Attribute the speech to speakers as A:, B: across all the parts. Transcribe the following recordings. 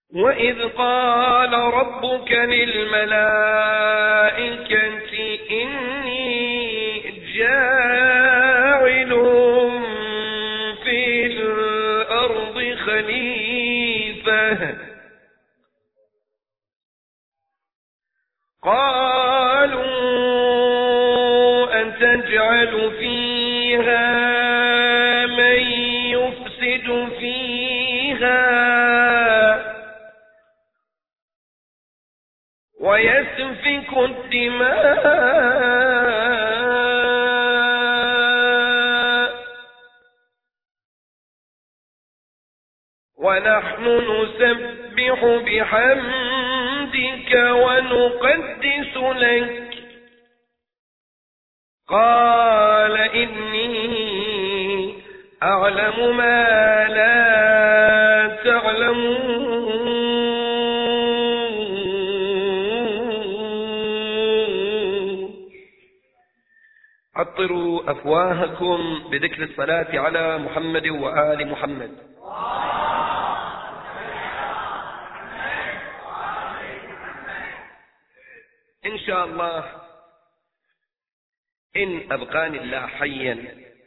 A: وإذ قال ربك للملائكة إني جاعل في الأرض خليفة قالوا أتجعل فيها من يفسد فيها ويسفك الدماء ونحن نسبح بحمدك ونقدس لك قال إني أعلم ما لا تعلمون عطروا أفواهكم بذكر الصلاة على محمد وآل محمد. إن شاء الله إن أبقاني الله حيا،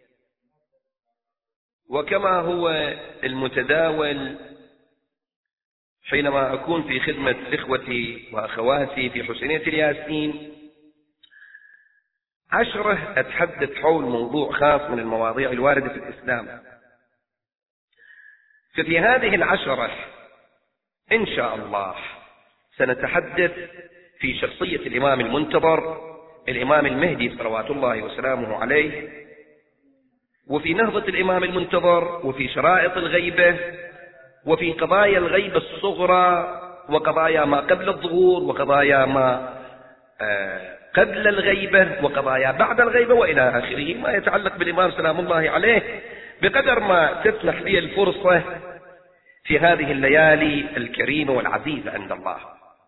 A: وكما هو المتداول حينما أكون في خدمة إخوتي وأخواتي في حسينية الياسين، 10 أتحدث حول موضوع خاص من المواضيع الواردة في الإسلام. ففي هذه 10 إن شاء الله سنتحدث في شخصية الإمام المنتظر الإمام المهدي صلوات الله وسلامه عليه، وفي نهضة الإمام المنتظر، وفي شرائط الغيبة، وفي قضايا الغيبة الصغرى، وقضايا ما قبل الظهور، وقضايا ما قبل الغيبة، وقضايا بعد الغيبة، وإلى آخره ما يتعلق بالإمام سلام الله عليه، بقدر ما تسمح لي الفرصة في هذه الليالي الكريمة والعزيزة عند الله.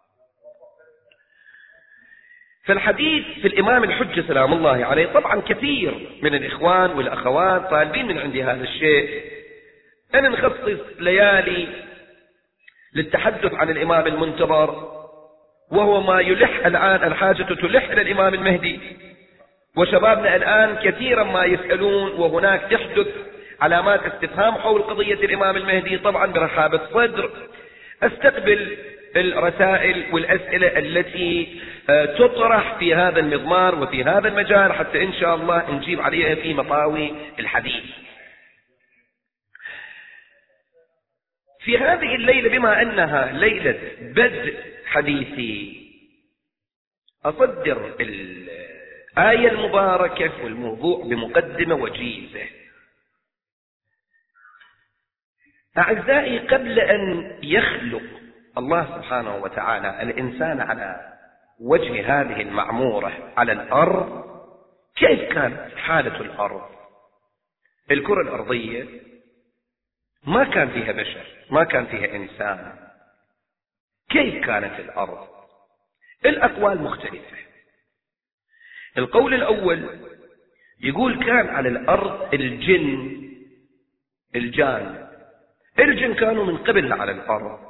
A: فالحديث في الإمام الحجة سلام الله عليه، طبعا كثير من الإخوان والأخوات طالبين من عندي هذا الشيء، أن نخصص ليالي للتحدث عن الإمام المنتظر، وهو ما يلح الآن، الحاجة تلح إلى الإمام المهدي، وشبابنا الآن كثيرا ما يسألون، وهناك تحدث علامات استفهام حول قضية الإمام المهدي. طبعا برحابة صدر استقبل الرسائل والأسئلة التي تطرح في هذا المضمار وفي هذا المجال، حتى إن شاء الله نجيب عليها في مطاوي الحديث. في هذه الليلة بما أنها ليلة بدء حديثي، أصدر الآية المباركة والموضوع بمقدمة وجيزة. أعزائي، قبل أن يخلق الله سبحانه وتعالى الإنسان على وجه هذه المعمورة على الأرض، كيف كانت حالة الأرض؟ الكرة الأرضية ما كان فيها بشر، ما كان فيها إنسان. كيف كانت الأرض؟ الأقوال مختلفة. القول الأول يقول كان على الأرض الجان كانوا من قبل على الأرض.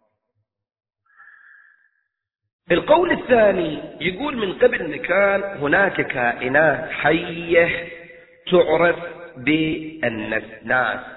A: القول الثاني يقول من قبل كان هناك كائنات حية تعرف بالناس.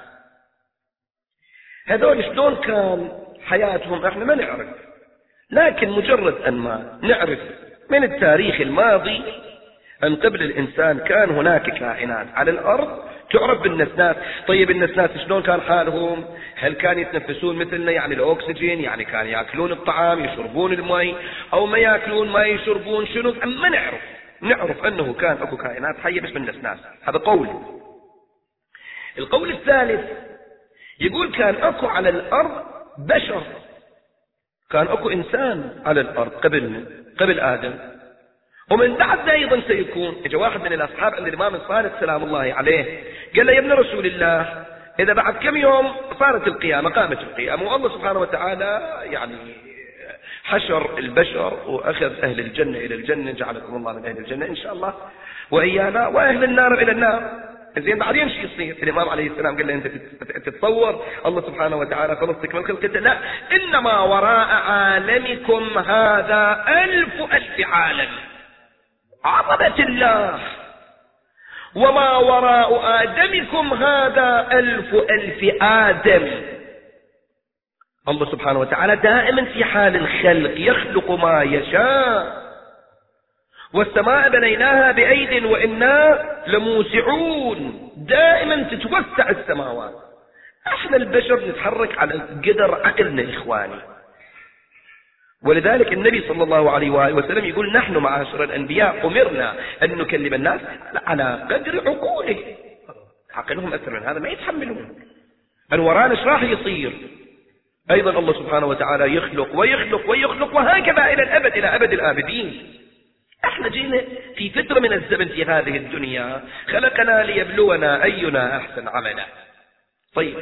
A: هذول شلون كان حياتهم احنا ما نعرف، لكن مجرد أن ما نعرف من التاريخ الماضي أن قبل الإنسان كان هناك كائنات على الأرض تعرف بالنسناس. طيب النسناس شلون كان حالهم؟ هل كانوا يتنفسون مثلنا، يعني الأكسجين، يعني كانوا يأكلون الطعام، يشربون الماء، أو ما يأكلون ما يشربون؟ شنو؟ ما نعرف أنه كان أكو كائنات حية باسم النسناس. هذا قول. القول الثالث يقول كان أكو على الأرض بشر، كان أكو إنسان على الأرض قبل آدم، ومن بعد أيضا سيكون. اجى واحد من الأصحاب عند الإمام الصادق سلام الله عليه قال له: يا ابن رسول الله، إذا بعد كم يوم صارت القيامة، قامت القيامة، والله سبحانه وتعالى يعني حشر البشر وأخذ أهل الجنة إلى الجنة، جعلكم الله من أهل الجنة إن شاء الله وإيانا، وأهل النار إلى النار، زين بعدين شو يصير؟ الإمام عليه السلام قال له أنت تتصور الله سبحانه وتعالى خلصتك من خلقته؟ لا، إنما وراء عالمكم هذا 1000 عالم، عظمة الله. وما وراء آدمكم هذا 1000 آدم. الله سبحانه وتعالى دائما في حال الخلق، يخلق ما يشاء. والسماء بنيناها بأيد وإنا لموسعون، دائما تتوسع السماوات. احنا البشر نتحرك على قدر عقلنا إخواني. ولذلك النبي صلى الله عليه وآله وسلم يقول نحن معاشر الأنبياء أمرنا أن نكلم الناس على قدر عقوله. عقلهم أكثر من هذا ما يتحملون. أن ورانا ايش راح يصير؟ أيضا الله سبحانه وتعالى يخلق ويخلق ويخلق، وهكذا إلى الأبد، إلى أبد الآبدين. احنا جينا في فترة من الزمن في هذه الدنيا خلقنا ليبلونا أينا أحسن عملا. طيب،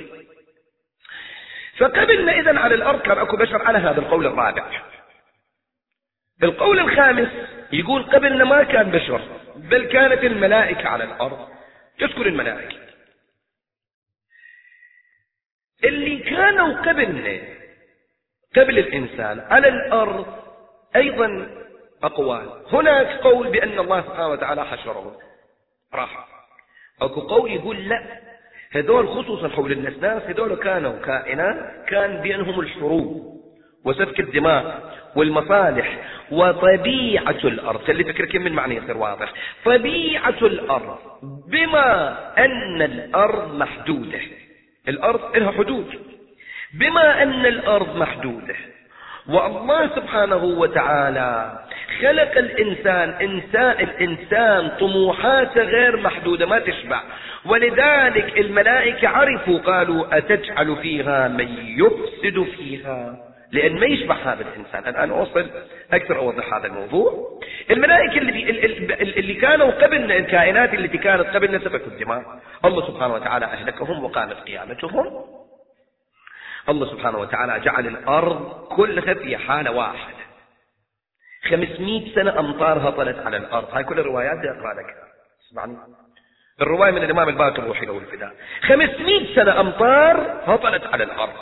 A: فقبلنا إذن على الأرض كان أكو بشر على هذا القول الرابع. القول الخامس يقول قبلنا ما كان بشر، بل كانت الملائكة على الأرض. تذكر الملائكة اللي كانوا قبلنا قبل الإنسان على الأرض أيضا أقوال. هناك قول بأن الله سبحانه وتعالى حشرهم راح. أكو قول يقول لا، هذول خصوصا حول الناس هذول كانوا كائنات كان بينهم الحروب وسفك الدماء والمصالح وطبيعة الأرض. خلي فكرك من معنى يصير واضح. طبيعة الأرض بما أن الأرض محدودة، الأرض لها حدود، بما أن الأرض محدودة، والله سبحانه وتعالى خلق الإنسان طموحاته غير محدودة ما تشبع. ولذلك الملائكة عرفوا قالوا أتجعل فيها من يفسد فيها، لأن ما يشبع هذا الإنسان. الآن أوصل أكثر أوضح هذا الموضوع. الملائكة اللي كانوا قبلنا، الكائنات التي كانت قبلنا سفكوا الدماء، الله سبحانه وتعالى أهلكهم وقامت قيامتهم. الله سبحانه وتعالى جعل الأرض كلها في حالة واحدة. 500 سنة أمطار هطلت على الأرض. هاي كل الروايات دي أقرأ لك، اسمعني. الرواية من الإمام الباقر روحي له الفداء. 500 سنة أمطار هطلت على الأرض.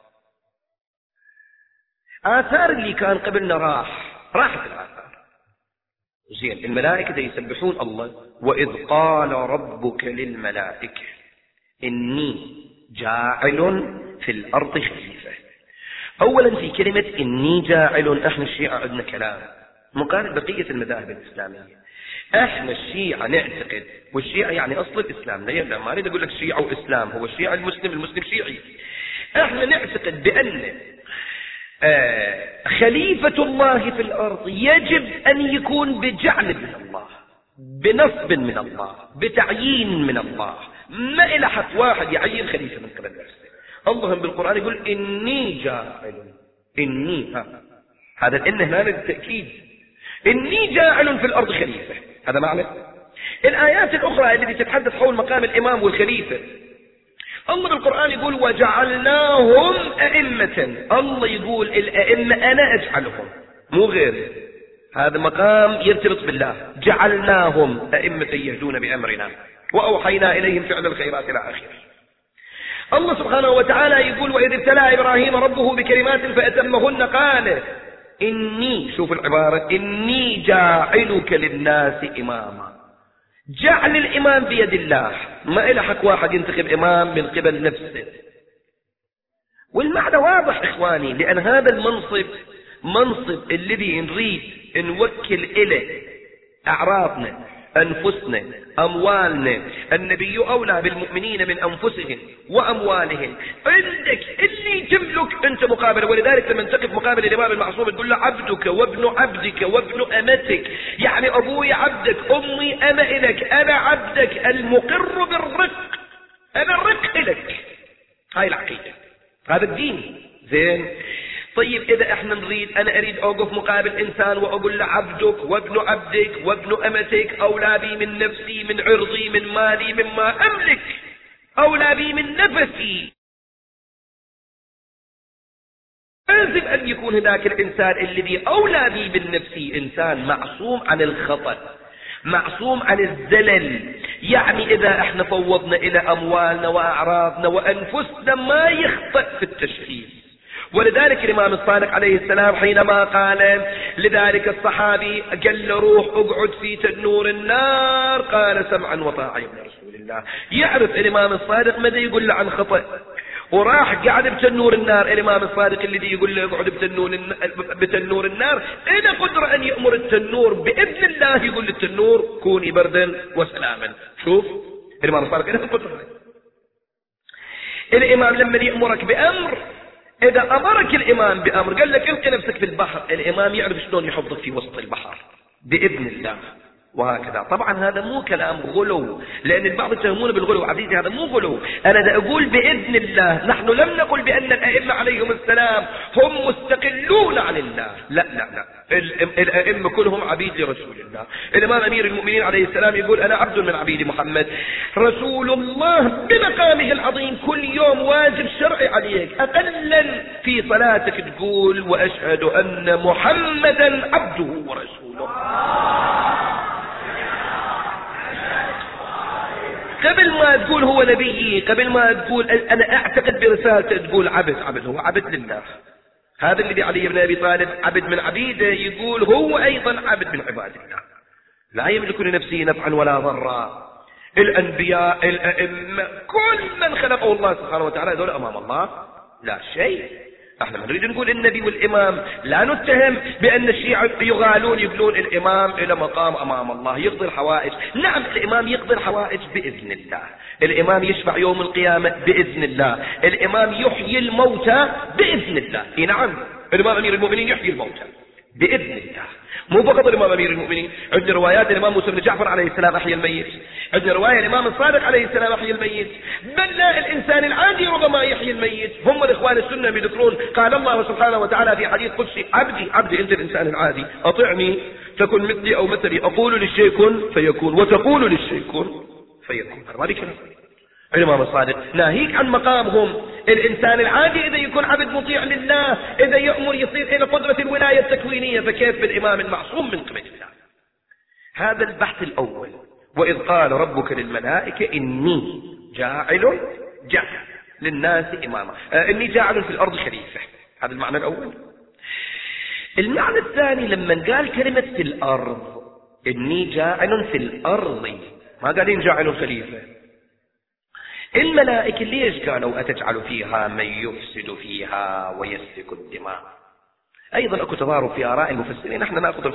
A: آثار اللي كان قبلنا راحت الآثار. زين، الملائكة يسبحون الله. وإذ قال ربك للملائكة إني جاعل في الأرض خليفة. أولا في كلمة إني جاعل، احنا الشيعة عندنا كلام مقارب بقية المذاهب الإسلامية. احنا الشيعة نعتقد، والشيعة يعني أصل الإسلام، لا ما أريد أقول لك شيعة وإسلام، هو الشيعة المسلم شيعي. احنا نعتقد بأن خليفة الله في الأرض يجب أن يكون بجعل من الله، بنصب من الله، بتعيين من الله. ما إلى حق واحد يعين خليفة من قبل نفسه. الله بالقرآن يقول إني جاعل، إني هذا الإن هنا للتأكيد، إني جاعل في الأرض خليفة. هذا معنى الآيات الأخرى التي تتحدث حول مقام الإمام والخليفة. الله بالقرآن يقول وجعلناهم أئمة. الله يقول الأئمة أنا أجعلهم مو غير، هذا مقام يرتبط بالله. جعلناهم أئمة يهدون بأمرنا وأوحينا إليهم فعل الخيرات إلى آخره. الله سبحانه وتعالى يقول وإذ ابتلى إبراهيم ربه بكلمات فأتمهن قال إني، شوف العبارة، إني جاعلك للناس إماما. جعل الإمام بيد الله، ما إلى حق واحد ينتخب إمام من قبل نفسه. والمعنى واضح إخواني، لأن هذا المنصب منصب الذي نريد نوكل إليه أعراضنا، أنفسنا، أموالنا. النبي أولى بالمؤمنين من أنفسهم وأموالهم. عندك اللي تملك أنت مقابل. ولذلك لما تقف مقابل الإمام المعصوم تقول له عبدك وابن عبدك وابن أمتك، يعني أبوي عبدك، أمي أنا إلك، أنا عبدك المقر بالرق، أنا الرق إلك. هاي العقيدة، هذا الدين. زين، طيب إذا احنا نريد، أنا أريد أوقف مقابل إنسان وأقول له عبدك وابن عبدك وابن أمتك، أولى بي من نفسي، من عرضي، من مالي، مما أملك، أولى بي من نفسي. لازم أن يكون هذاك الإنسان الذي أولى بي بالنفس إنسان معصوم عن الخطأ، معصوم عن الزلل. يعني إذا احنا فوضنا إلى أموالنا وأعراضنا وأنفسنا ما يخطئ في التشخيص. ولذلك الإمام الصادق عليه السلام حينما قال لذلك الصحابي قال له روح اقعد في تنور النار، قال سمعا وطاعة يا ابن رسول الله. يعرف الإمام الصادق ماذا يقول له عن خطأ، وراح قاعد بتنور النار. الإمام الصادق الذي يقول له اقعد بتنور النار إذا قدر أن يأمر التنور بإذن الله يقول للتنور كوني بردا وسلاما. شوف الإمام الصادق إذا قدر. الإمام لما يأمرك بأمر، إذا أمرك الإمام بأمر قال لك القي نفسك في البحر، الإمام يعرف شلون يحطك في وسط البحر بإذن الله. وهكذا طبعا هذا مو كلام غلو، لأن البعض يتهمون بالغلو. عزيزي هذا مو غلو، أنا دا أقول بإذن الله. نحن لم نقل بأن الأئمة عليهم السلام هم مستقلون عن الله، لا لا لا، الأئمة كلهم عبيد لرسول الله. الإمام أمير المؤمنين عليه السلام يقول أنا عبد من عبيد محمد. رسول الله بمقامه العظيم كل يوم واجب شرعي عليك أقلا في صلاتك تقول وأشهد أن محمدا عبده ورسوله. قبل ما تقول هو نبيي، قبل ما تقول أنا أعتقد برسالته، تقول عبد، هو عبد لله. هذا الذي علي بن أبي طالب عبد من عبيده، يقول هو أيضا عبد من عباد الله، لا يملك لنفسه نفعا ولا ضرا. الأنبياء الأئمة كل من خلقه الله سبحانه وتعالى هذول أمام الله لا شيء. احنا ما نريد نقول النبي والإمام، لا نتهم بأن الشيعة يغالون يقولون الإمام إلى مقام أمام الله يقضي الحوائج. نعم الإمام يقضي الحوائج بإذن الله، الإمام يشفع يوم القيامة بإذن الله، الإمام يحيي الموتى بإذن الله. نعم الإمام أمير المؤمنين يحيي الموتى بإذن الله. مو فقط الإمام أمير المؤمنين، عندنا روايات الإمام موسى بن جعفر عليه السلام أحيا الميت، عندنا رواية الإمام الصادق عليه السلام أحيا الميت، بل لا الإنسان العادي ربما يحيي الميت. هم الإخوان السنة بيذكرون قال الله سبحانه وتعالى في حديث قدسي عبدي أنت الإنسان العادي أطعني تكن مثلي أو مثلي، أقول للشيء كن فيكون وتقول للشيء كن فيكون. ذلك الإمام الصادق ناهيك عن مقامهم. الإنسان العادي إذا يكون عبد مطيع لله، إذا يأمر يصير إلى قدرة الولاية التكوينية، فكيف بالإمام المعصوم من قبل الله؟ هذا البحث الأول. وإذ قال ربك للملائكة إني جاعل للناس إماما، إني جاعل في الأرض خليفة. هذا المعنى الأول. المعنى الثاني لما قال كلمة في الأرض، إني جاعل في الأرض، ما قال إن جاعل خليفة. الملائكة ليش قالوا أتجعل فيها من يفسد فيها ويسفك الدماء؟ أيضا أكو تضارب في آراء المفسرين، نحن نأخذ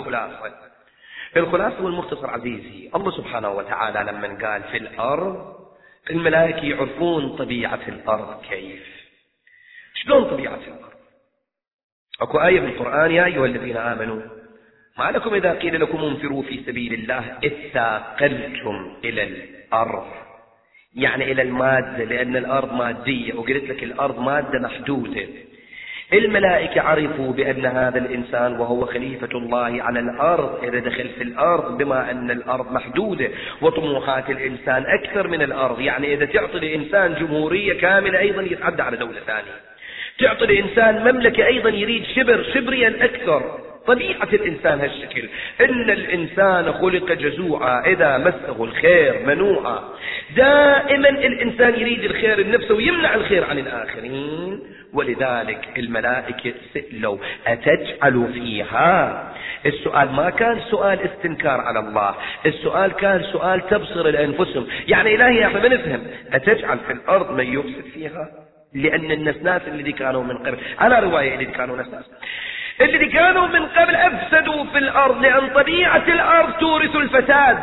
A: الخلاصة والمختصر. عزيزي الله سبحانه وتعالى لما قال في الأرض، الملائكة يعرفون طبيعة الأرض كيف، شلون طبيعة الأرض. أكو آية في القرآن يا أيها الذين آمنوا ما لكم إذا قيل لكم انفروا في سبيل الله اثاقلتم إلى الأرض، يعني إلى المادة، لأن الأرض مادية، وقلت لك الأرض مادة محدودة. الملائكة عرفوا بأن هذا الإنسان وهو خليفة الله على الأرض إذا دخل في الأرض، بما أن الأرض محدودة وطموحات الإنسان أكثر من الأرض، يعني إذا تعطي الإنسان جمهورية كاملة أيضا يتعدى على دولة ثانية، تعطي الإنسان مملكة أيضا يريد شبريا أكثر. طبيعة الإنسان هالشكل، إن الإنسان خلق جزوعا إذا مسه الخير منوعا. دائما الإنسان يريد الخير لنفسه ويمنع الخير عن الآخرين. ولذلك الملائكة سئلوا أتجعل فيها. السؤال ما كان سؤال استنكار على الله، السؤال كان سؤال تبصر لأنفسهم. يعني إلهي احنا ما نفهم أتجعل في الأرض من يفسد فيها، لأن الناس اللي كانوا من قبل، على رواية اللي كانوا ناس اللي كانوا من قبل أفسدوا في الأرض، لأن طبيعة الأرض تورث الفساد.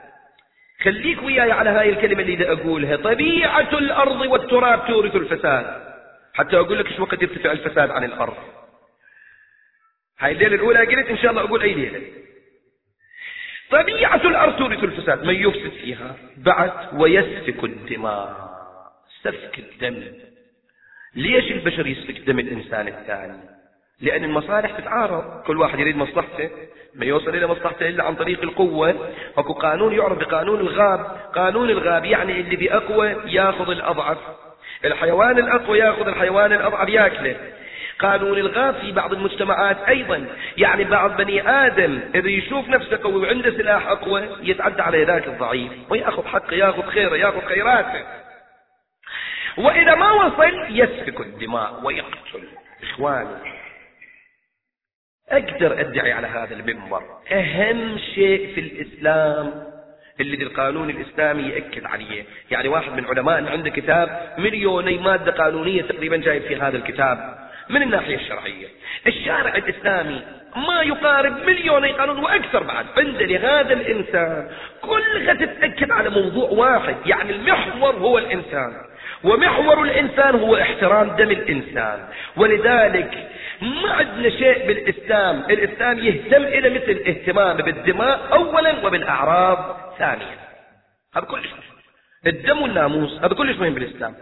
A: خليك وياي على هاي الكلمة اللي دا أقولها، طبيعة الأرض والتراب تورث الفساد. حتى أقول لك شو وقت يرتفع الفساد عن الأرض. هاي الليلة الأولى قلت إن شاء الله أقول أي ليلة. طبيعة الأرض تورث الفساد، من يفسد فيها بعد ويسفك الدماء، سفك الدم. ليش البشر يسفك دم الإنسان الثاني؟ لأن المصالح تتعارض، كل واحد يريد مصلحته، ما يوصل إلى مصلحته إلا عن طريق القوة. أكو قانون يعرف بقانون الغاب. قانون الغاب يعني اللي بأقوى ياخذ الأضعف، الحيوان الأقوى ياخذ الحيوان الأضعف ياكله. قانون الغاب في بعض المجتمعات أيضا، يعني بعض بني آدم إذا يشوف نفسه قوي وعنده سلاح أقوى يتعدى على ذاك الضعيف ويأخذ حقه، يأخذ خيره، يأخذ خيراته، وإذا ما وصل يسفك الدماء ويقتل إخوانه. أقدر أدعي على هذا المنبر أهم شيء في الإسلام اللي القانون الإسلامي يأكد عليه. يعني واحد من علماء عنده كتاب 2,000,000 مادة قانونية تقريبا جايب في هذا الكتاب من الناحية الشرعية. الشارع الإسلامي ما يقارب 2,000,000 قانون وأكثر بعد عنده لهذا الإنسان، كلها تتأكد على موضوع واحد، يعني المحور هو الإنسان، ومحور الإنسان هو احترام دم الإنسان. ولذلك ما عندنا شيء بالإسلام، الإسلام يهتم إلى مثل اهتمام بالدماء أولا وبالأعراض ثانيا. هذا كلش الدم والناموس هذا كلش مهم بالإسلام.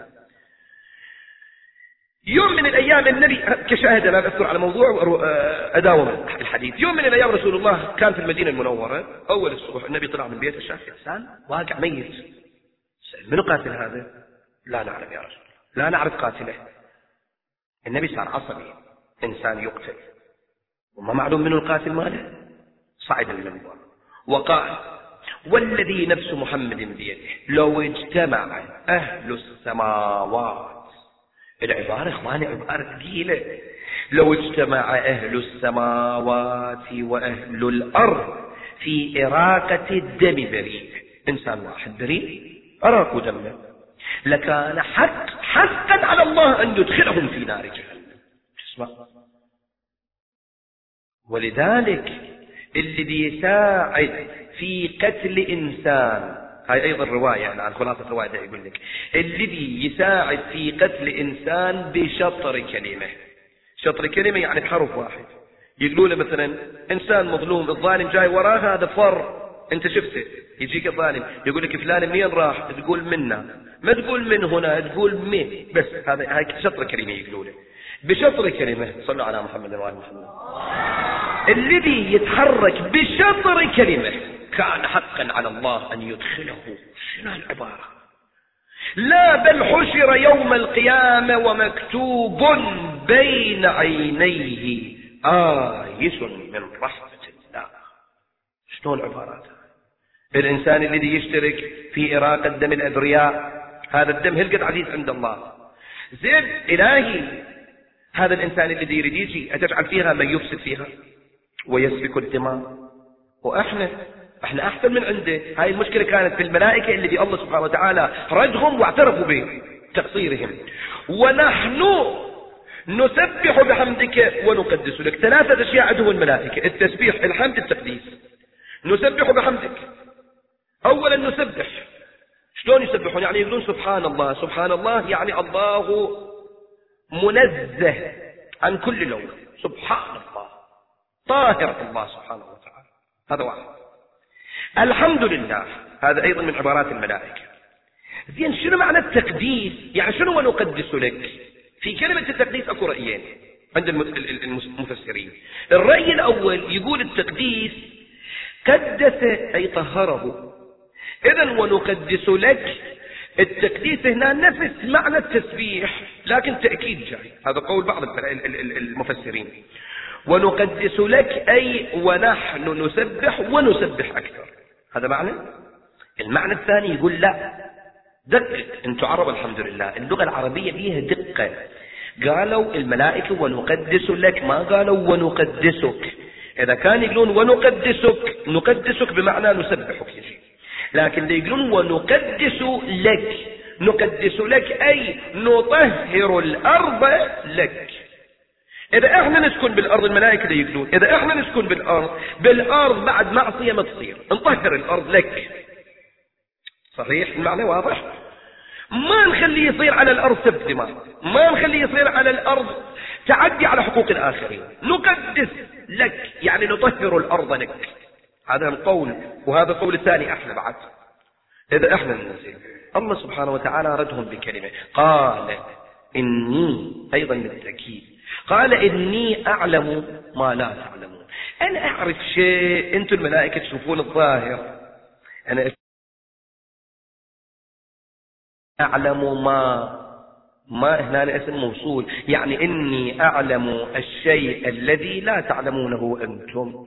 A: يوم من الأيام النبي كشاهد، أنا أذكر على موضوع أداوم الحديث، يوم من الأيام رسول الله كان في المدينة المنورة، أول الصبح النبي طلع من بيته شاف إنسان واقع ميت. سأل منو قاتل هذا؟ لا نعلم يا رسول الله، لا نعرف قاتله. النبي صار عصبي، إنسان يقتل وما معلوم منه القاتل ماله. صعد المنبر وقال: والذي نفس محمد بيده لو اجتمع أهل السماوات، العبارة إخواني عبارة ثقيلة، لو اجتمع أهل السماوات وأهل الأرض في إراقة الدم بريء، إنسان واحد بريء أراقوا دمه، لكان حقا على الله أن يدخلهم في نار جهنم. اسمع، ولذلك الذي يساعد في قتل إنسان، هاي أيضا رواية، يعني عن خلاصة رواية ده يقول لك الذي يساعد في قتل إنسان بشطر كلمة. شطر كلمة يعني بحرف واحد. يقولوا له مثلا إنسان مظلوم، الظالم جاي وراه، هذا فر، أنت شفته، يجيك الظالم يقول لك فلان منين راح؟ تقول منا، ما تقول من هنا، تقول من، بس هذا هاي شطر كلمة يقولوا له. بشطر كلمة، صلوا على محمد وآل محمد. الذي يتحرك بشطر كلمة كان حقا على الله أن يدخله. شنو العبارة؟ لا بل حشر يوم القيامة ومكتوب بين عينيه آيس من رحمة الله. شنو العبارات؟ الإنسان الذي يشترك في إراقة دم الأبرياء، هذا الدم هلقد عزيز عند الله. زين إلهي، هذا الإنسان الذي يريد يجي أتجعل فيها من يفسد فيها ويسفك الدماء، وإحنا أحسن من عنده. هاي المشكلة كانت في الملائكة الذي الله سبحانه وتعالى ردهم واعترفوا بتقصيرهم. ونحن نسبح بحمدك ونقدس لك. 3 أشياء عندهم الملائكة: التسبيح، الحمد، التقديس. نسبح بحمدك. أولا نسبح. شلون يسبحون؟ يعني يقولون سبحان الله. سبحان الله يعني الله منزه عن كل لون، سبحان الله، طاهر الله سبحانه وتعالى. هذا واحد. الحمد لله، هذا أيضا من عبارات الملائكة. زين، شنو معنى التقديس؟ يعني شنو ونقدس لك؟ في كلمة التقديس أكو رأيين عند المفسرين. الرأي الأول يقول التقديس قدس أي طهره. إذن ونقدس لك، التقديس هنا نفس معنى التسبيح لكن تأكيد جاي. هذا قول بعض المفسرين. ونقدس لك أي ونحن نسبح ونسبح أكثر. هذا معنى. المعنى الثاني يقول لا، دقق، انتم عرب الحمد لله، اللغة العربية فيها دقة. قالوا الملائكة ونقدس لك، ما قالوا ونقدسك. إذا كان يقولون ونقدسك، نقدسك بمعنى نسبحك يجي، لكن اللي يقولون ونقدس لك، نقدس لك أي نطهر الأرض لك. إذا إحنا نسكن بالأرض، الملائكة اللي يقولون إذا إحنا نسكن بالأرض بعد معصية ما تصير، نطهر الأرض لك. صحيح المعنى واضح؟ ما نخليه يصير على الأرض سفك دماء، ما نخليه يصير على الأرض تعدي على حقوق الآخرين. نقدس لك يعني نطهر الأرض لك. هذا القول، وهذا القول الثاني أحلى بعد. إذا إحنا ننزل، الله سبحانه وتعالى ردهم بكلمة، قال إني، أيضا بالتأكيد، قال إني أعلم ما لا تعلمون. أنا أعرف شيء أنتم الملائكة تشوفون الظاهر، أنا أعلم ما هنا اسم موصول، يعني إني أعلم الشيء الذي لا تعلمونه أنتم.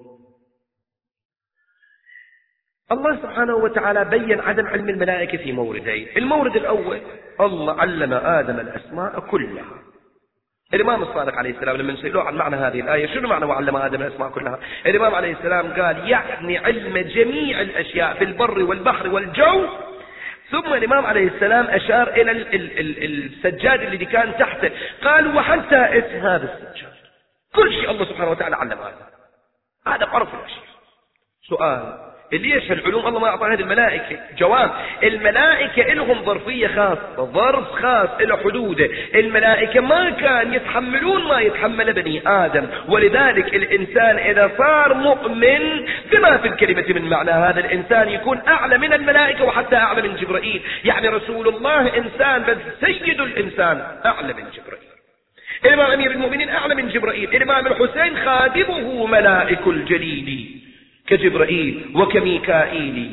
A: الله سبحانه وتعالى بين عدم علم الملائكة في موردين. المورد الأول الله علم آدم الأسماء كلها. الإمام الصادق عليه السلام لما سئلوه عن معنى هذه الآية شنو معنى وعلم آدم الأسماء كلها، الإمام عليه السلام قال يعني علم جميع الأشياء في البر والبحر والجو. ثم الإمام عليه السلام أشار إلى السجاد الذي كان تحته، قال وحتى اسم هذا السجاد، كل شيء الله سبحانه وتعالى علم هذا عرف الأشياء. سؤال، ليش العلوم الله ما أعطاها هذه الملائكة؟ جواب، الملائكة لهم ظرفية خاصة، ظرف خاص له حدوده. الملائكة ما كان يتحملون ما يتحمل بني آدم، ولذلك الإنسان إذا صار مؤمن بما في الكلمة من معنى هذا الإنسان يكون أعلى من الملائكة وحتى أعلى من جبرائيل. يعني رسول الله إنسان بس سيد الإنسان أعلى من جبرائيل. الإمام أمير المؤمنين أعلى من جبرائيل. الإمام الحسين خادمه ملائك الجليل كجبرائيل وكميكائيل.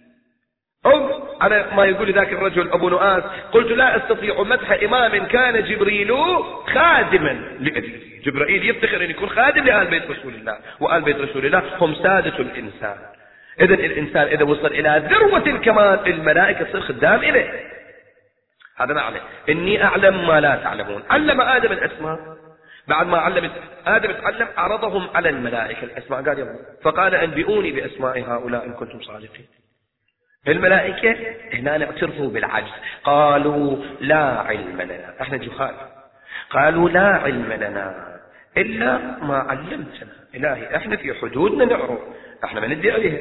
A: أو على ما يقول ذاك الرجل أبو نؤاس، قلت لا أستطيع مدح إمام كان جبريل خادما لأبيه. جبرائيل يفتخر أن يكون خادم لآل بيت رسول الله، وآل بيت رسول الله هم سادة الإنسان. إذن الإنسان إذا وصل إلى ذروة الكمال الملائكة تصير خدام إليه. هذا معنى إني أعلم ما لا تعلمون. علم آدم الأسماء، بعد ما علم آدم تعلم عرضهم على الملائكة الأسماء، قال يلا فقال أنبئوني بأسماء هؤلاء إن كنتم صادقين. الملائكة هنا اعترفوا بالعجز، قالوا لا علم لنا، احنا جهال، قالوا لا علم لنا إلا ما علمتنا. إلهي احنا في حدودنا نعرف، احنا ما ندعي عليها.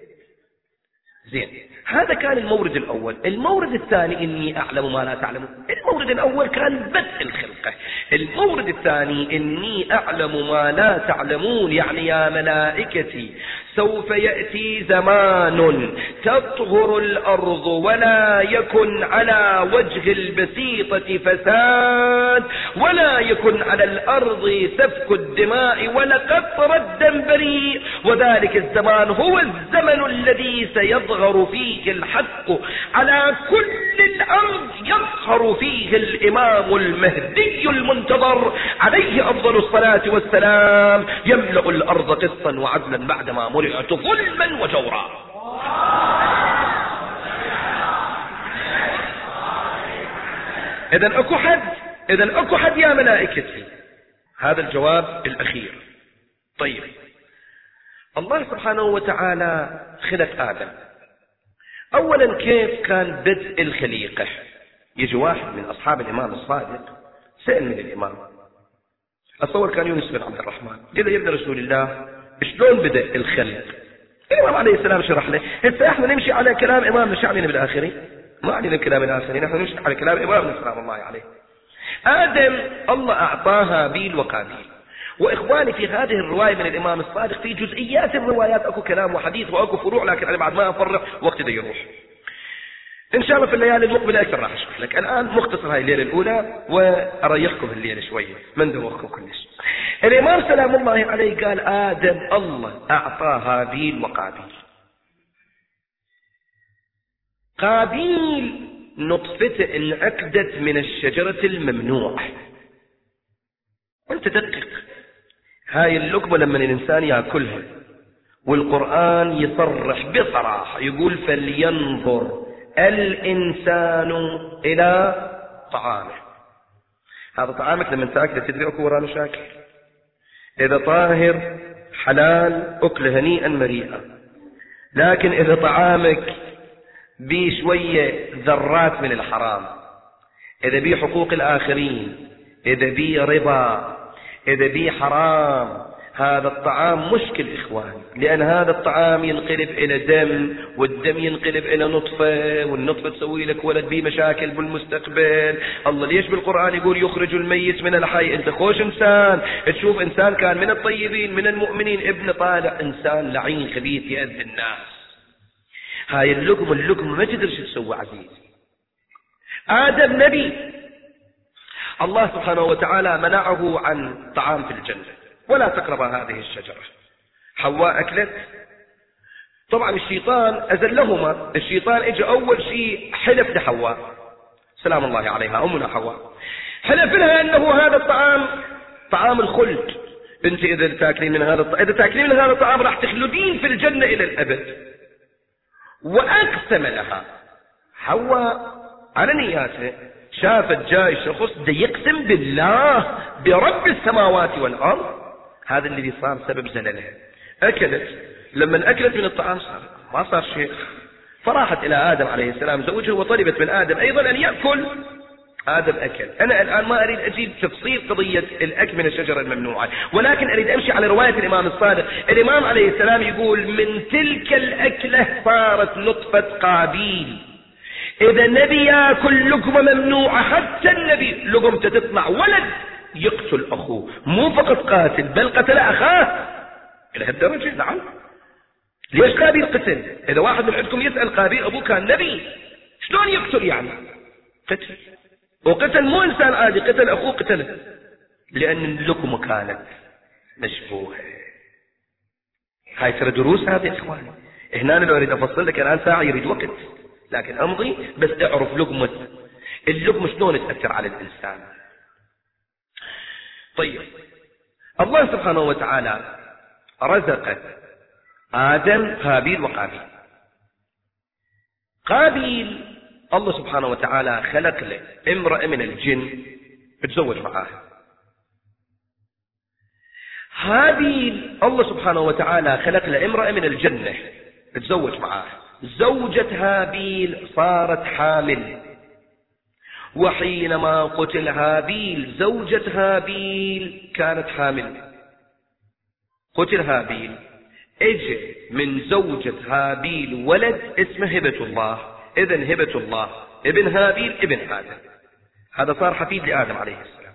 A: زين، هذا كان المورد الأول. المورد الثاني إني أعلم ما لا تعلمون. المورد الأول كان بدء الخلقة. المورد الثاني إني أعلم ما لا تعلمون، يعني يا ملائكتي سوف يأتي زمان تطهر الأرض ولا يكن على وجه البسيطة فساد، ولا يكن على الأرض سفك الدماء ولا قطر الدم بريء، وذلك الزمان هو الزمن الذي سيظهر فيه الحق على كل الأرض، يظهر فيه الإمام المهدي المنتظر عليه أفضل الصلاة والسلام، يملأ الأرض قسطا وعدلا بعدما ملئت ظلما وجورا. إذن أكو حد يا ملائكتي. هذا الجواب الأخير. طيب، الله سبحانه وتعالى خلق آدم. أولا كيف كان بدء الخليقة؟ يجي واحد من أصحاب الإمام الصادق سأل من الإمام، أتصور كان يونس بن عبد الرحمن، قال يا ابن رسول الله شلون بدأ الخلق؟ الإمام عليه السلام شرح له. هسه احنا نمشي على كلام إمامنا، شو علينا بالآخرين؟ ما علينا كلام الآخرين، احنا نمشي على كلام إمامنا سلام الله عليه. آدم الله أعطاها هابيل وقابيل. وإخواني في هذه الرواية من الإمام الصادق في جزئيات الروايات أكو كلام وحديث وأكو فروع، لكن أنا بعد ما أفرق وقت ده يروح. إن شاء الله في الليالي المقبلة أكثر راح أشرح لك. الآن مختصر هاي الليلة الأولى وأريحكم الليلة شوية من دوخكم كلش. الإمام سلام الله عليه قال آدم الله أعطاه هابيل وقابيل. قابيل نطفته انعقدت من الشجرة الممنوع. وانت دقق، هاي اللقمة لما الإنسان يأكلها والقرآن يصرح بصراحة يقول فلينظر الإنسان إلى طعامه. هذا طعامك لما تأكله تدري أكو وراه مشاكل. إذا طاهر حلال أكله هنيئا مريئا، لكن إذا طعامك بيه شوية ذرات من الحرام، إذا بيه حقوق الآخرين، إذا بيه ربا، إذا بيه حرام، هذا الطعام مشكل إخوان، لأن هذا الطعام ينقلب إلى دم، والدم ينقلب إلى نطفة، والنطفة تسوي لك ولد بيه مشاكل بالمستقبل. الله ليش بالقرآن يقول يخرج الميت من الحي؟ أنت خوش إنسان تشوف إنسان كان من الطيبين من المؤمنين ابن طالع إنسان لعين خبيث يأذي الناس. هاي اللقمة ما تدري شو تسوي عزيزي. آدم نبي، الله سبحانه وتعالى منعه عن طعام في الجنة، ولا تقرب هذه الشجرة. حواء أكلت، طبعا الشيطان أزلهما. الشيطان اجى أول شيء حلف لحواء سلام الله عليها أمنا حواء، حلف لها أنه هذا الطعام طعام الخلد، أنت إذا تاكلين من هذا الطعام راح تخلدين في الجنة إلى الأبد. وأقسم لها. حواء على نياته شافت جاي شخص ده يقسم بالله برب السماوات والأرض، هذا الذي صار سبب زللها. أكلت، لما أكلت من الطعام ما صار شيء، فراحت إلى آدم عليه السلام زوجها وطلبت من آدم أيضا أن يأكل. آدم أكل. أنا الآن ما أريد أجيب تفصيل قضية الأكل من الشجرة الممنوعة، ولكن أريد أمشي على رواية الإمام الصادق. الإمام عليه السلام يقول من تلك الأكلة صارت نطفة قابيل. إذا النبي يأكل لقمة ممنوعة، حتى النبي لقمته تطلع ولد يقتل أخوه، مو فقط قاتل بل قتل أخاه إلى هالدرجة. نعم. ليش قابيل قتل؟ إذا واحد من عندكم يسأل قابيل أبوه كان نبي، شلون يقتل يعني؟ قتل، وقتل مو إنسان عادي، قتل أخوه قتله، لأن اللقمة كانت مشبوهة. هاي ترى دروس هذه يا إخواني. هنا لو أريد أفصل لك الآن ساعة يريد وقت، لكن أمضي بس أعرف اللقمة شلون تأثر على الإنسان. طيب، الله سبحانه وتعالى رزق آدم هابيل وقابيل. قابيل الله سبحانه وتعالى خلق له امرأة من الجن تتزوج معاه. هابيل الله سبحانه وتعالى خلق له امرأة من الجنة تتزوج معاه. زوجة هابيل صارت حامل، وحينما قتل هابيل زوجة هابيل كانت حامل. قتل هابيل، اجى من زوجة هابيل ولد اسمه هبة الله. إذن هبة الله ابن هابيل ابن آدم، هذا صار حفيد لآدم عليه السلام.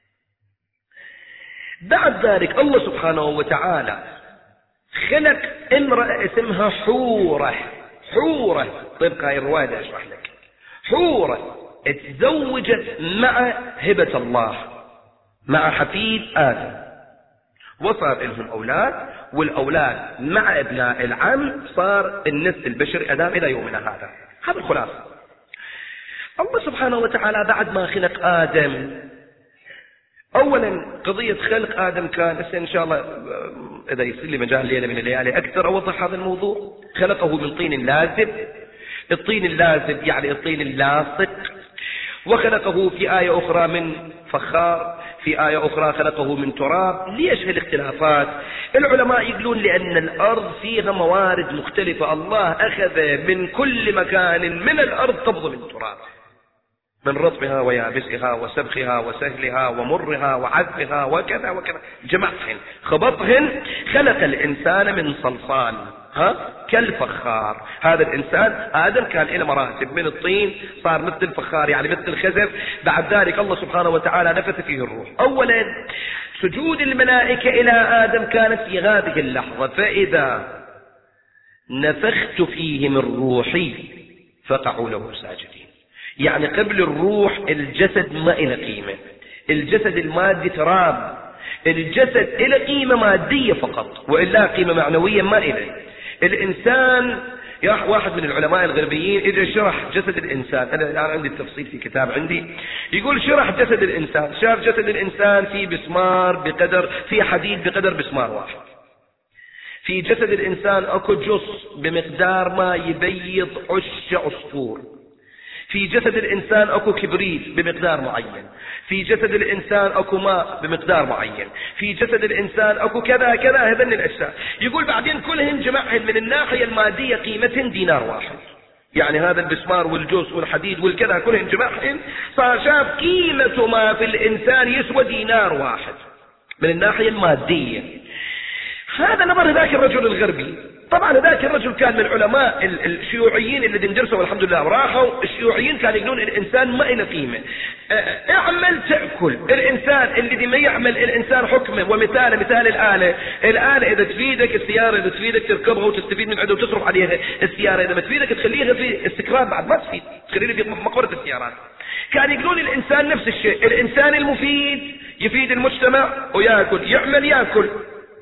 A: بعد ذلك الله سبحانه وتعالى خلق امرأة اسمها حورة. طبق هاي الرواية أشرح لك. حورة اتزوجت مع هبة الله، مع حفيد آدم، وصار لهم أولاد، والأولاد مع ابناء العم صار النسل البشري آدم إلى يومنا هذا. هذا الخلاصة. الله سبحانه وتعالى بعد ما خلق آدم، أولا قضية خلق آدم كان إن شاء الله إذا يصير لي مجال ليلة من الليالي أكثر أوضح هذا الموضوع. خلقه من طين لازب. الطين اللازب يعني الطين اللاصق. وخلقه في آية أخرى من فخار، في آية أخرى خلقه من تراب. ليش هالاختلافات؟ العلماء يقولون لأن الأرض فيها موارد مختلفة، الله أخذ من كل مكان من الأرض قبض من تراب، من رطبها ويابسها وسبخها وسهلها ومرها وعذبها وكذا وكذا، جمعهن خبطهن. خلق الإنسان من صلصال كالفخار. هذا الإنسان آدم كان له مراتب، من الطين صار مثل الفخار يعني مثل الخزف. بعد ذلك الله سبحانه وتعالى نفث فيه الروح. أولا سجود الملائكة إلى آدم كانت في هذه اللحظة، فإذا نفخت فيه من روحي فقعوا له ساجدين. يعني قبل الروح الجسد ما إلى قيمة، الجسد المادي تراب، الجسد إلى قيمة مادية فقط، وإلا قيمة معنوية ما إليه. الإنسان واحد من العلماء الغربيين إذا شرح جسد الإنسان، أنا الآن عندي التفصيل في كتاب عندي، يقول شرح جسد الإنسان، شاف جسد الإنسان في مسمار بقدر، في حديد بقدر مسمار واحد. في جسد الإنسان أكو جص بمقدار ما يبيض عش عصفور. في جسد الإنسان أكو كبريت بمقدار معين. في جسد الإنسان أكو ماء بمقدار معين. في جسد الإنسان أكو كذا كذا، هذين الأجزاء. يقول بعدين كلهن جمعهن من الناحية المادية قيمتهن دينار واحد. يعني هذا البسمار والجوس والحديد والكذا كلهن جمعهن، صار شاف قيمة ما في الإنسان يسوى دينار واحد من الناحية المادية. هذا نظر ذاك الرجل الغربي. طبعا ذاك الرجل كان من العلماء الشيوعيين اللي اندرسوا والحمد لله وراحوا. الشيوعيين كانوا يقولون الإنسان ما له قيمة، اعمل تأكل. الإنسان الذي ما يعمل الإنسان حكمه ومثاله مثال الآلة. الآلة إذا تفيدك، السيارة إذا تفيدك تركبها وتستفيد من عندها وتصرف عليها. السيارة إذا ما تفيدك تخليها في استكرام بعد ما تفيد، تخليها في مقبرة السيارات. كان يقولون الإنسان نفس الشيء، الإنسان المفيد يفيد المجتمع ويأكل، يعمل يأكل.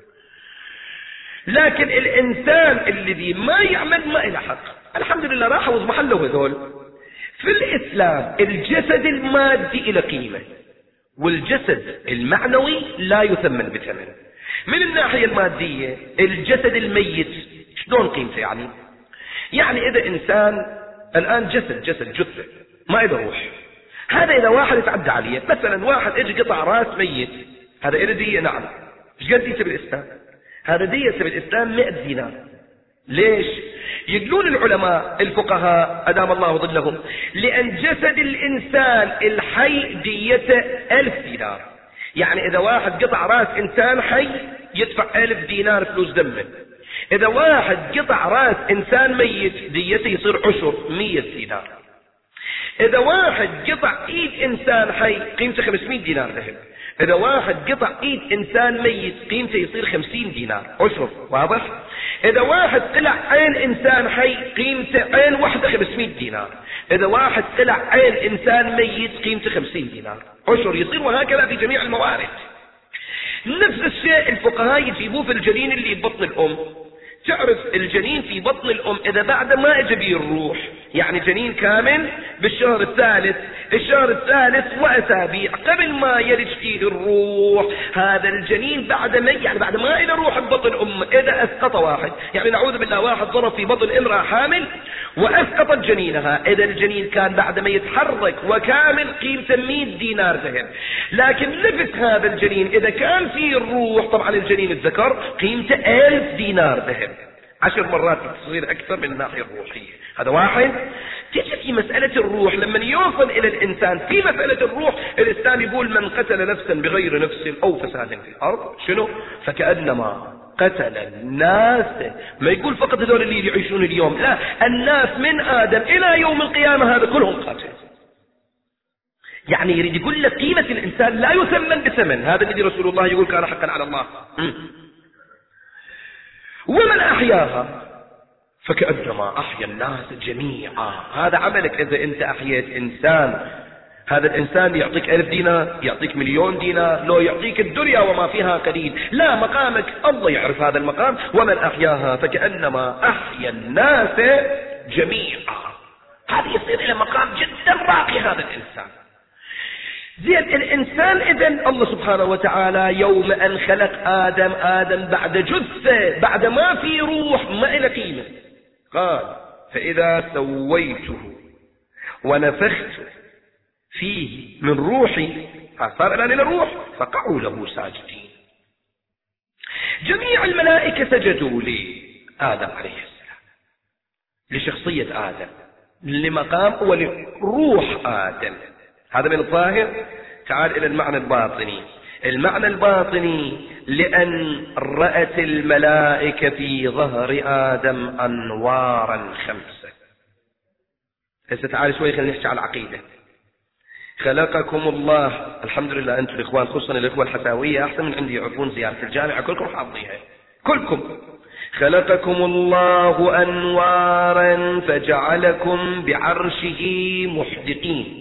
A: لكن الإنسان الذي ما يعمل ما إله حق. الحمد لله راحوا محله هذول. في الإسلام الجسد المادي إلى قيمة، والجسد المعنوي لا يثمن بثمن. من الناحية المادية الجسد الميت شلون قيمته؟ يعني إذا إنسان الآن جسد جثة ما إذا روح، هذا إذا واحد يتعدى عليه، مثلا واحد اجي قطع راس ميت، هذا إذا دية. نعم. ايش قد دية بالإسلام؟ هذا دية بالإسلام 100 دينار. ليش؟ يقولون العلماء الفقهاء أدام الله ظلهم لأن جسد الإنسان الحي ديته 1000 دينار. يعني إذا واحد قطع راس إنسان حي يدفع 1000 دينار فلوس دمه. إذا واحد قطع راس إنسان ميت ديته يصير عشر 100 دينار. إذا واحد قطع إيد إنسان حي قيمته 500 دينار ذهب. إذا واحد قطع إيد إنسان ميت قيمته يصير 50 دينار عشر. واضح؟ إذا واحد قلع عين إنسان حي قيمته عين واحدة 500 دينار. إذا واحد قلع عين إنسان ميت قيمته 50 دينار عشر يصير، وهكذا في جميع الموارد. نفس الشيء الفقهاء يجيبوه في الجنين اللي ببطن الأم. تعرف الجنين في بطن الأم إذا بعد ما اجى به الروح، يعني جنين كامل بالشهر الثالث وأسابيع قبل ما يلج فيه الروح، هذا الجنين بعد ما إلى روح ببطن الأم إذا أسقط واحد، يعني نعوذ بالله واحد ضرب في بطن امرأة حامل وأسقطت جنينها، إذا الجنين كان بعد ما يتحرك وكامل قيمته 100 دينار ذهب. لكن نفس هذا الجنين إذا كان فيه الروح، طبعا الجنين الذكر قيمته 1000 دينار ذهب، 10 مرات تصير أكثر من الناحية الروحية. هذا واحد. تجي في مسألة الروح لما يوصل إلى الإنسان في مسألة الروح، الإسلام يقول من قتل نفسا بغير نفس أو فساد في الأرض شنو؟ فكأنما قتل الناس. ما يقول فقط هذول اللي يعيشون اليوم، لا، الناس من آدم إلى يوم القيامة هذا كلهم قاتل. يعني يريد يقول لك قيمة الإنسان لا يثمن بثمن. هذا الذي رسول الله يقول كان حقا على الله. ومن أحياها فكأنما أحيا الناس جميعا. هذا عملك إذا أنت أحييت إنسان. هذا الإنسان يعطيك 1000 دينار، يعطيك 1,000,000 دينار، لو يعطيك الدنيا وما فيها قليل. لا، مقامك الله يعرف هذا المقام. ومن أحياها فكأنما أحيا الناس جميعا. هذا يصير إلى مقام جدا راقي هذا الإنسان. زين، الإنسان إذن الله سبحانه وتعالى يوم أن خلق آدم بعد جثة، بعد ما في روح، ما إلى قيمة، قال فإذا سويته ونفخت فيه من روحي، صار الآن إلى روح، فقعوا له ساجدين. جميع الملائكة سجدوا لآدم عليه السلام، لشخصية آدم، لمقام ولروح آدم. هذا من الظاهر. تعال إلى المعنى الباطني. المعنى الباطني لأن رأت الملائكة في ظهر آدم أنوارا 5. هسه تعال شوي خلينا نحكي على العقيدة. خلقكم الله. الحمد لله أنتم الإخوان، خصوصا الإخوة الحساوية أحسن من عندي، يعرفون زيارة الجامعة كلكم حافظيها كلكم. خلقكم الله أنوارا فجعلكم بعرشه محدقين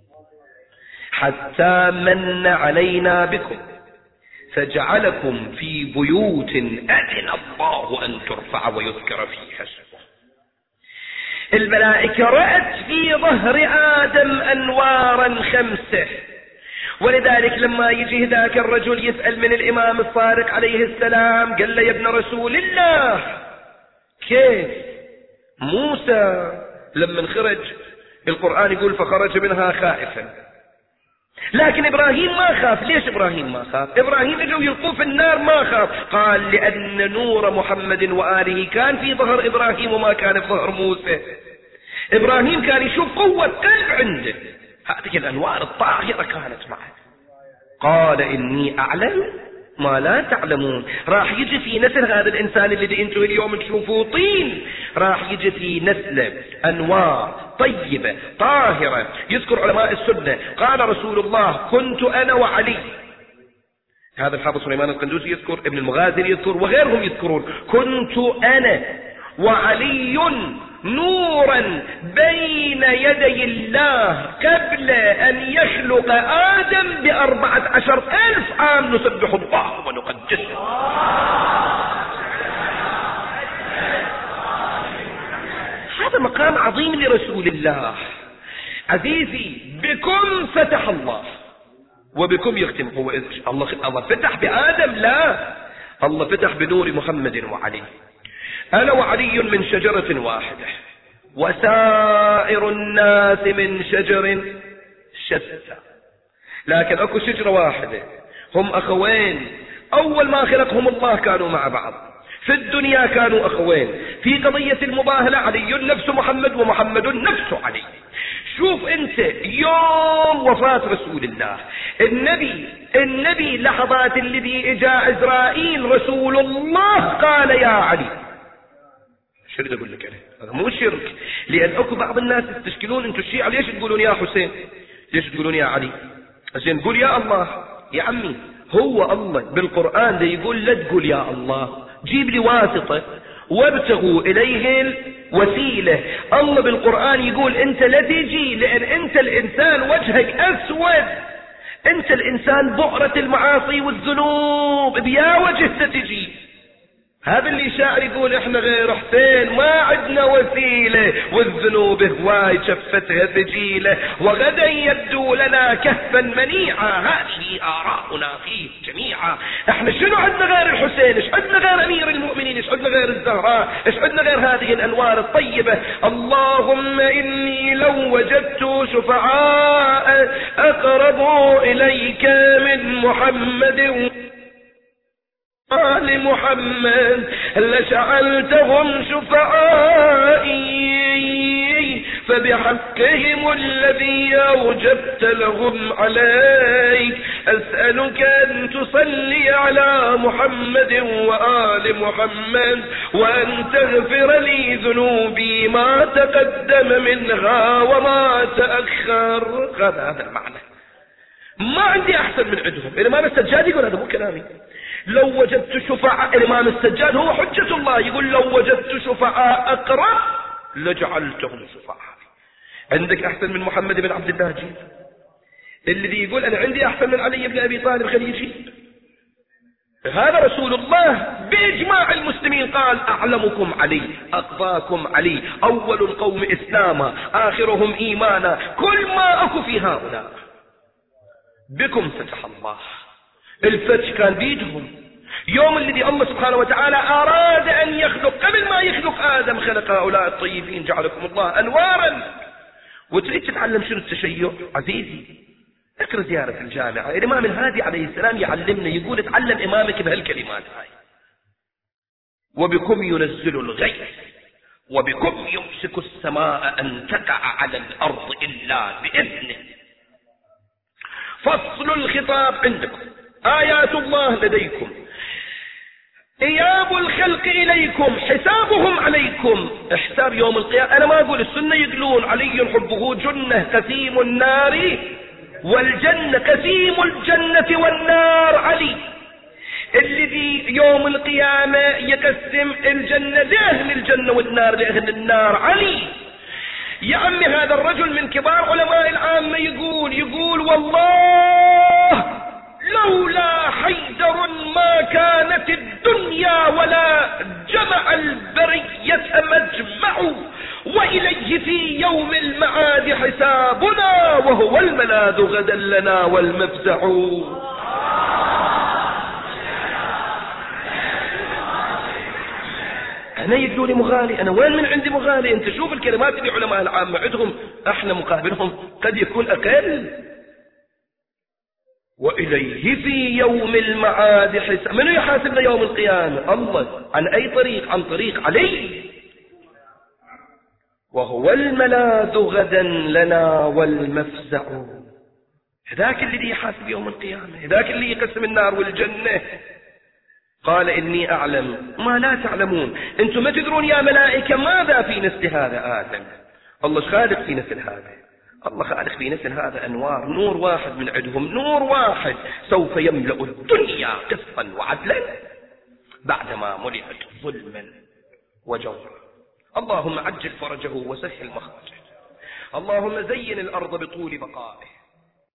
A: حتى من علينا بكم فجعلكم في بيوت أذن الله أن ترفع ويذكر فيها اسمه. الملائكة رأت في ظهر آدم أنوارا 5. ولذلك لما يجي ذاك الرجل يسأل من الإمام الصادق عليه السلام، قال له يا ابن رسول الله كيف موسى لما خرج، القرآن يقول فخرج منها خائفا، لكن إبراهيم ما خاف. ليش إبراهيم ما خاف؟ إبراهيم اجوا يلقوه في النار ما خاف. قال لأن نور محمد وآله كان في ظهر إبراهيم وما كان في ظهر موسى. إبراهيم كان يشوف قوة قلب عنده، هذه الأنوار الطاهرة كانت معه. قال إني أعلم ما لا تعلمون. راح يجي في نسل هذا الإنسان الذي أنتم اليوم تشوفوه طين، راح يجي في نسله أنوار طيبة طاهرة. يذكر علماء السنة قال رسول الله كنت أنا وعلي، هذا الحافظ سليمان القندوسي يذكر، ابن المغازي يذكر، وغيرهم يذكرون، كنت أنا وعلي نورا بين يدي الله قبل أن يخلق آدم ب14,000 عام نسبح الله ونقدسه. هذا مقام عظيم لرسول الله. عزيزي بكم فتح الله. وبكم يختم. هو الله فتح بآدم؟ لا، الله فتح بنور محمد وعلي. أنا وعلي من شجرة واحدة وسائر الناس من شجر شتى، لكن اكو شجرة واحدة، هم أخوين. أول ما خلقهم الله كانوا مع بعض، في الدنيا كانوا أخوين، في قضية المباهلة علي نفس محمد ومحمد نفس علي. شوف انت يوم وفاة رسول الله النبي لحظات الذي اجا إسرائيل رسول الله قال يا علي. شو بدي اقول لك انا؟ هذا مو شرك، لان اكو بعض الناس تشكلون انتم الشيعة ليش تقولون يا حسين؟ ليش تقولون يا علي؟ زين قول يا الله. يا عمي هو الله بالقرآن ده يقول لا تقول يا الله، جيب لي واسطة وابتغوا إليه الوسيلة. الله بالقرآن يقول انت لا تجي، لان انت الانسان وجهك اسود، انت الانسان بؤرة المعاصي والذنوب، بيا وجه تجي. هذا اللي شاعر يقول احنا غير حسين ما عندنا وسيلة، والذنوب هواي شفتها ثقيلة، وغدا يبدو لنا كهفا منيعا، هذه آراؤنا فيه جميعا. احنا شنو عندنا غير الحسين؟ ايش عندنا غير امير المؤمنين؟ ايش عندنا غير الزهراء؟ ايش عندنا غير هذه الانوار الطيبة؟ اللهم اني لو وجدت شفعاء اقرب اليك من محمد آل محمد لجعلتهم شفعائي، فبحقهم الذي أوجبت لهم عليك أسألك أن تصلي على محمد وآل محمد، وأن تغفر لي ذنوبي ما تقدم منها وما تأخر. هذا المعنى. ما عندي أحسن من عندهم. الإمام السجاد يقول هذا مو كلامي. لو وجدت شفعاء، الإمام السجاد هو حجة الله، يقول لو وجدت شفعاء أقرب لجعلتهم شفعاء. عندك أحسن من محمد بن عبد الله؟ جيب. الذي يقول أنا عندي أحسن من علي بن أبي طالب خليه يجيب. هذا رسول الله بإجماع المسلمين قال أعلمكم علي، أقضاكم علي، أول القوم إسلاما آخرهم إيمانا، كل ما أكو في هؤلاء. بكم فتح الله. الفتح كان بيدهم. يوم الذي الله سبحانه وتعالى أراد أن يخلق، قبل ما يخلق آدم خلق هؤلاء الطيبين جعلكم الله أنوارا. وتريد تتعلم شنو التشيع عزيزي؟ اقرأ زيارة الجامعة. الإمام الهادي عليه السلام يعلمنا، يقول اتعلم إمامك بهالكلمات هاي: وبكم ينزل الغيث وبكم يمسك السماء أن تقع على الأرض إلا بإذنه. فصل الخطاب عندكم، آيات الله لديكم، إياب الخلق إليكم، حسابهم عليكم، حساب يوم القيامة. أنا ما أقول، السنة يقولون علي حبه جنة، قسيم النار والجنة، قسيم الجنة والنار علي، الذي يوم القيامة يقسم الجنة لأهل الجنة والنار لأهل النار علي. يا عمي هذا الرجل من كبار علماء العامة يقول والله لولا حيدر ما كانت الدنيا ولا جمع البرية مجمع، وإليه في يوم المعاد حسابنا، وهو الملاذ غدا لنا والمفزع. أنا يقولوا لي مغالي، أنا وين من عندي مغالي؟ أنت شوف الكلمات اللي علماء العامة عندهم، احنا مقابلهم قد يكون أقل. وإليه في يوم المعاد حساب. من يحاسبنا يوم القيامة؟ الله. عن أي طريق؟ عن طريق علي. وهو الملاذ غدا لنا والمفزع. ذاك الذي يحاسب يوم القيامة، ذاك اللي يقسم النار والجنة. قال إني أعلم ما لا تعلمون. أنتم ما تدرون يا ملائكة ماذا في نسل هذا آدم. الله خالق في نسل هذا، الله خالق في نسل هذا أنوار، نور واحد من عندهم، نور واحد سوف يملأ الدنيا قسطا وعدلا بعدما ملئت ظلما وجورا. اللهم عجل فرجه وسهل مخرجه. اللهم زين الأرض بطول بقائه.